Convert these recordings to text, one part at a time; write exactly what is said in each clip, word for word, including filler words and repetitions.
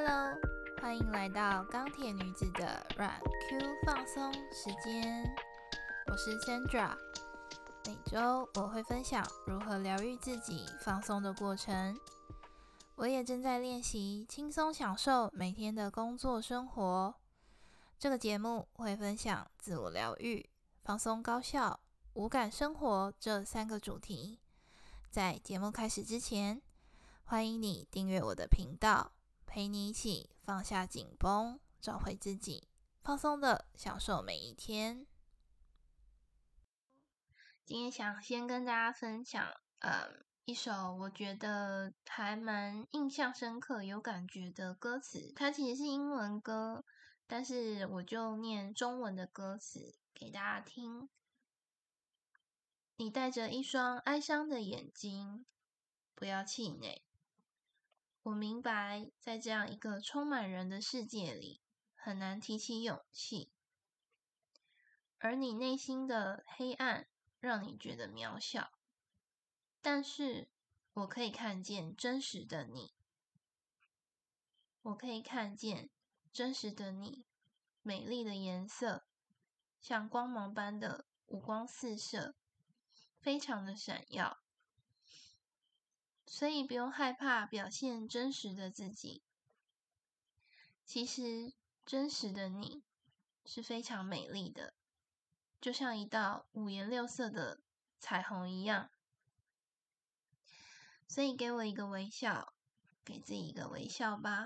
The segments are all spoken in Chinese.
Hello， 欢迎来到钢铁女子的软 Q 放松时间，我是 Sandra。每周我会分享如何疗愈自己、放松的过程。我也正在练习轻松享受每天的工作生活。这个节目会分享自我疗愈、放松高效、无感生活这三个主题。在节目开始之前，欢迎你订阅我的频道，陪你一起放下紧绷，找回自己，放松的享受每一天。今天想先跟大家分享，嗯，一首我觉得还蛮印象深刻、有感觉的歌词。它其实是英文歌，但是我就念中文的歌词给大家听。你带着一双哀伤的眼睛，不要气馁。我明白，在这样一个充满人的世界里，很难提起勇气。而你内心的黑暗，让你觉得渺小。但是，我可以看见真实的你。我可以看见真实的你，美丽的颜色，像光芒般的五光四射，非常的闪耀。所以不用害怕表现真实的自己。其实，真实的你是非常美丽的，就像一道五颜六色的彩虹一样。所以给我一个微笑，给自己一个微笑吧。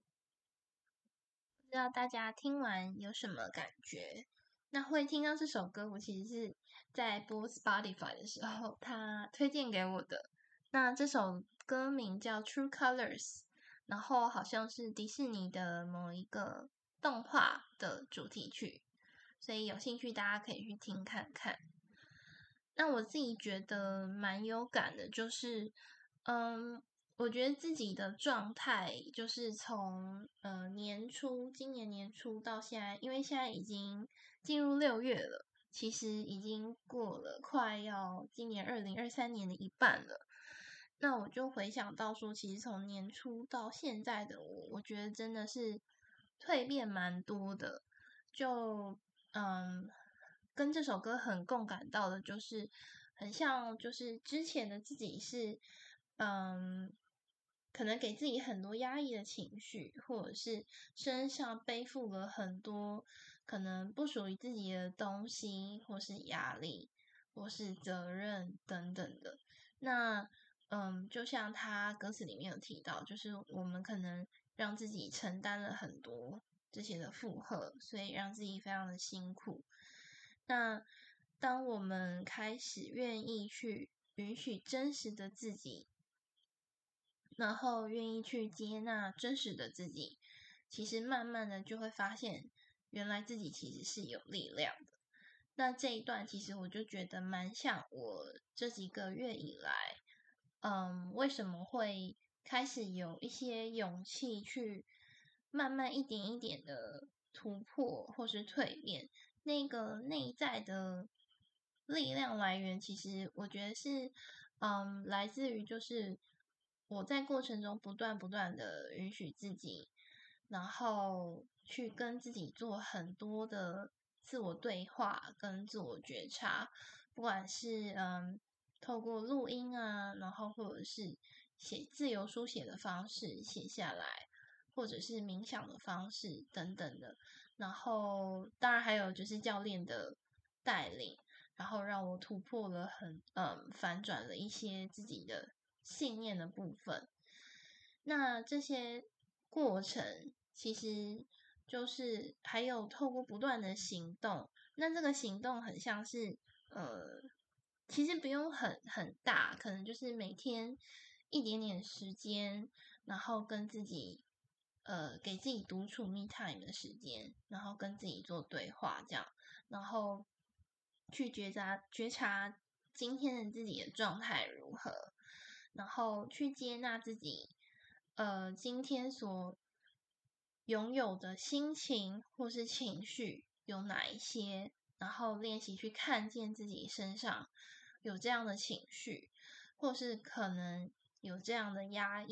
不知道大家听完有什么感觉？那会听到这首歌，我其实是在播 Spotify 的时候，他推荐给我的。那这首歌名叫 True Colors， 然后好像是迪士尼的某一个动画的主题曲，所以有兴趣大家可以去听看看。那我自己觉得蛮有感的，就是嗯，我觉得自己的状态就是从呃年初，今年年初到现在，因为现在已经进入六月了，其实已经过了快要今年二零二三年的一半了。那我就回想到说，其实从年初到现在的我，我觉得真的是蜕变蛮多的。就嗯，跟这首歌很共感到的，就是很像，就是之前的自己是嗯，可能给自己很多压抑的情绪，或者是身上背负了很多可能不属于自己的东西，或是压力，或是责任等等的。那嗯，就像他歌词里面有提到，就是我们可能让自己承担了很多这些的负荷，所以让自己非常的辛苦。那当我们开始愿意去允许真实的自己，然后愿意去接纳真实的自己，其实慢慢的就会发现，原来自己其实是有力量的。那这一段其实我就觉得蛮像我这几个月以来，嗯，为什么会开始有一些勇气去慢慢一点一点的突破或是蜕变，那个内在的力量来源，其实我觉得是，嗯，来自于就是我在过程中不断不断的允许自己，然后去跟自己做很多的自我对话跟自我觉察，不管是嗯透过录音啊，然后或者是写自由书写的方式写下来，或者是冥想的方式等等的，然后当然还有就是教练的带领，然后让我突破了很嗯反转了一些自己的信念的部分。那这些过程其实就是还有透过不断的行动，那这个行动很像是呃，其实不用很很大，可能就是每天一点点时间，然后跟自己呃给自己独处 me time 的时间，然后跟自己做对话这样，然后去觉察觉察今天的自己的状态如何，然后去接纳自己呃今天所拥有的心情或是情绪有哪一些，然后练习去看见自己身上有这样的情绪，或是可能有这样的压抑，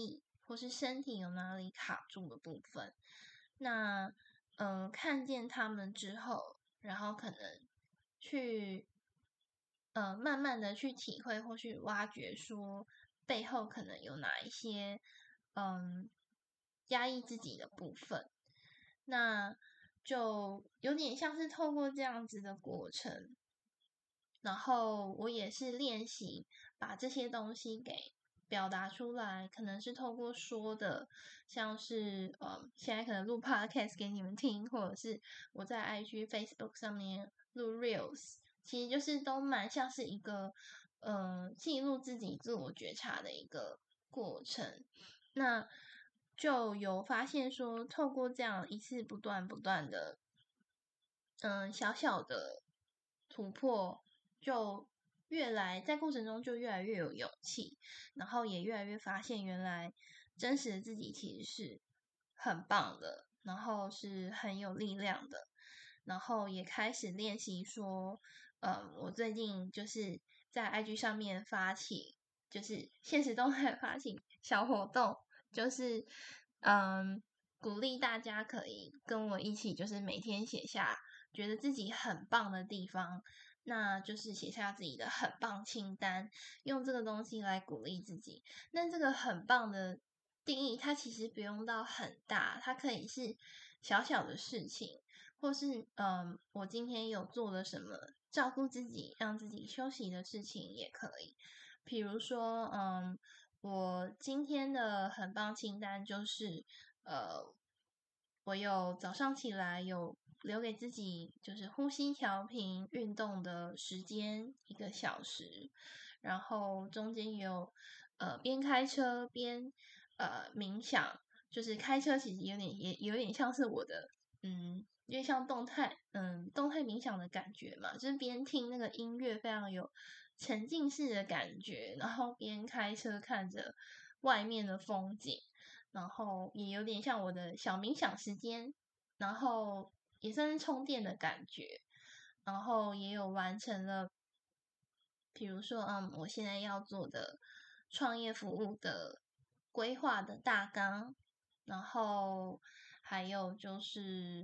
或是身体有哪里卡住的部分。那呃，看见他们之后，然后可能去呃，慢慢的去体会或去挖掘，说背后可能有哪一些嗯压抑自己的部分。那就有点像是透过这样子的过程，然后我也是练习把这些东西给表达出来，可能是透过说的，像是呃，现在可能录 podcast 给你们听，或者是我在 I G、Facebook 上面录 reels，其实就是都蛮像是一个呃记录自己自我觉察的一个过程。那就有发现说，透过这样一次不断不断的，嗯，小小的突破，就越来在过程中就越来越有勇气，然后也越来越发现原来真实的自己其实是很棒的，然后是很有力量的，然后也开始练习说，嗯，我最近就是在 I G 上面发起，就是现实动态发起小活动，就是嗯，鼓励大家可以跟我一起，就是每天写下觉得自己很棒的地方，那就是写下自己的很棒清单，用这个东西来鼓励自己。那这个很棒的定义，它其实不用到很大，它可以是小小的事情，或是嗯，我今天有做了什么照顾自己、让自己休息的事情也可以。比如说，嗯，我今天的很棒清单就是，呃，我有早上起来有留给自己就是呼吸调频运动的时间一个小时，然后中间有呃边开车边呃冥想，就是开车其实有点也有点像是我的嗯，因为像动态嗯动态冥想的感觉嘛，就是边听那个音乐非常有沉浸式的感觉，然后边开车看着外面的风景。然后也有点像我的小冥想时间，然后也算是充电的感觉，然后也有完成了，比如说，嗯，我现在要做的创业服务的规划的大纲，然后还有就是，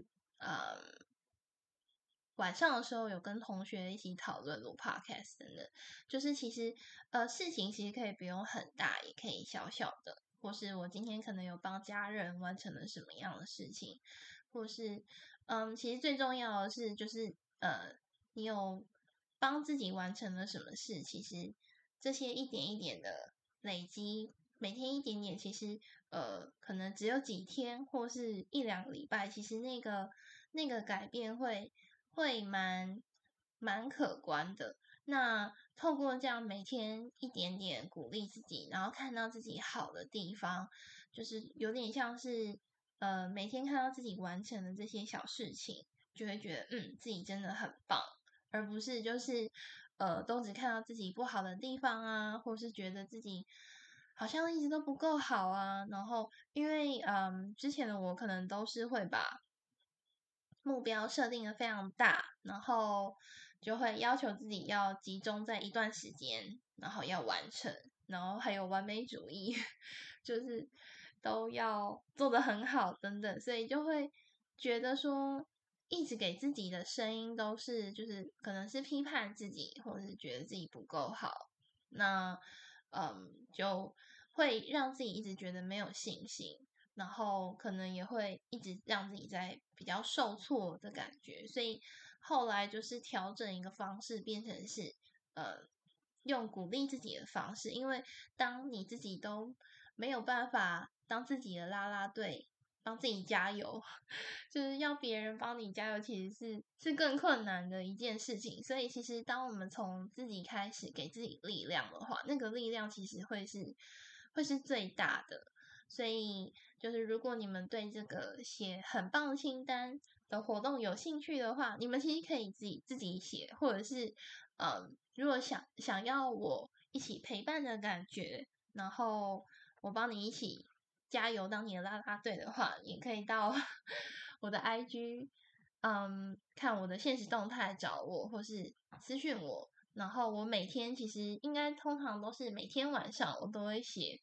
嗯，晚上的时候有跟同学一起讨论录 podcast 等等，就是其实呃事情其实可以不用很大，也可以小小的，或是我今天可能有帮家人完成了什么样的事情，或是嗯其实最重要的是就是呃你有帮自己完成了什么事，其实这些一点一点的累积，每天一点点，其实呃可能只有几天或是一两个礼拜，其实那个那个改变会。会蛮蛮可观的。那透过这样每天一点点鼓励自己，然后看到自己好的地方，就是有点像是呃每天看到自己完成的这些小事情，就会觉得嗯自己真的很棒，而不是就是呃都只看到自己不好的地方啊，或是觉得自己好像一直都不够好啊。然后因为嗯之前的我可能都是会把目标设定的非常大，然后就会要求自己要集中在一段时间，然后要完成，然后还有完美主义，就是都要做得很好等等，所以就会觉得说，一直给自己的声音都是就是可能是批判自己，或者是觉得自己不够好，那嗯就会让自己一直觉得没有信心。然后可能也会一直让自己在比较受挫的感觉，所以后来就是调整一个方式，变成是呃用鼓励自己的方式，因为当你自己都没有办法当自己的啦啦队，帮自己加油，就是要别人帮你加油，其实是是更困难的一件事情。所以其实当我们从自己开始给自己力量的话，那个力量其实会是会是最大的。所以就是如果你们对这个写很棒清单的活动有兴趣的话，你们其实可以自己自己写，或者是嗯，如果想想要我一起陪伴的感觉，然后我帮你一起加油当你的啦啦队的话，也可以到我的 I G，嗯，看我的现实动态找我，或是私讯我。然后我每天其实应该通常都是每天晚上我都会写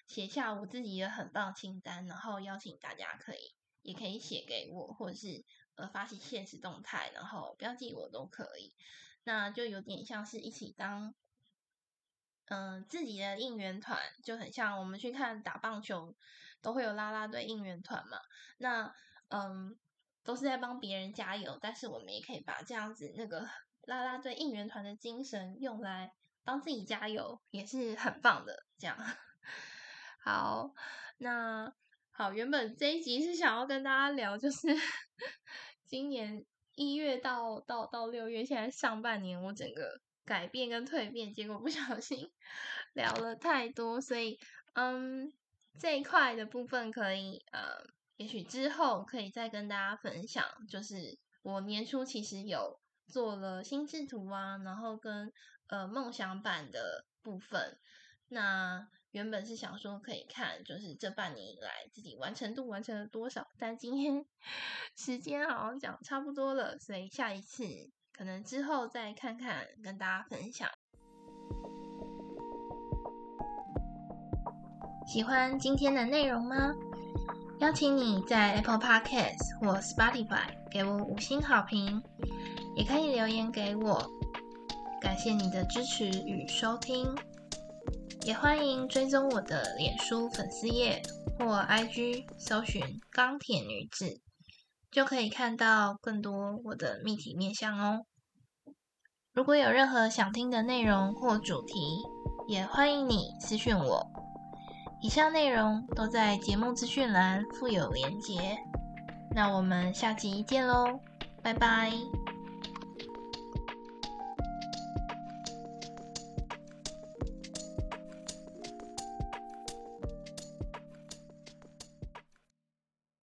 写下我自己的很棒清单，然后邀请大家可以也可以写给我，或者是呃发起限时动态，然后标记我都可以。那就有点像是一起当嗯、呃、自己的应援团，就很像我们去看打棒球都会有啦啦队应援团嘛。那嗯都是在帮别人加油，但是我们也可以把这样子那个啦啦队应援团的精神用来帮自己加油，也是很棒的。这样好，那好，原本这一集是想要跟大家聊，就是今年一月到到到六月，现在上半年我整个改变跟蜕变，结果不小心聊了太多，所以嗯，这一块的部分可以呃，也许之后可以再跟大家分享，就是我年初其实有做了心智图啊，然后跟呃梦想版的部分。那原本是想说可以看，就是这半年以来自己完成度完成了多少，但今天时间好像讲差不多了，所以下一次可能之后再看看，跟大家分享。喜欢今天的内容吗？邀请你在 Apple Podcast 或 Spotify 给我五星好评，也可以留言给我。感谢你的支持与收听。也欢迎追踪我的脸书粉丝页或 I G 搜寻钢铁女子，就可以看到更多我的秘体面向哦。如果有任何想听的内容或主题，也欢迎你私讯我。以上内容都在节目资讯栏附有连结。那我们下集见喽，拜拜。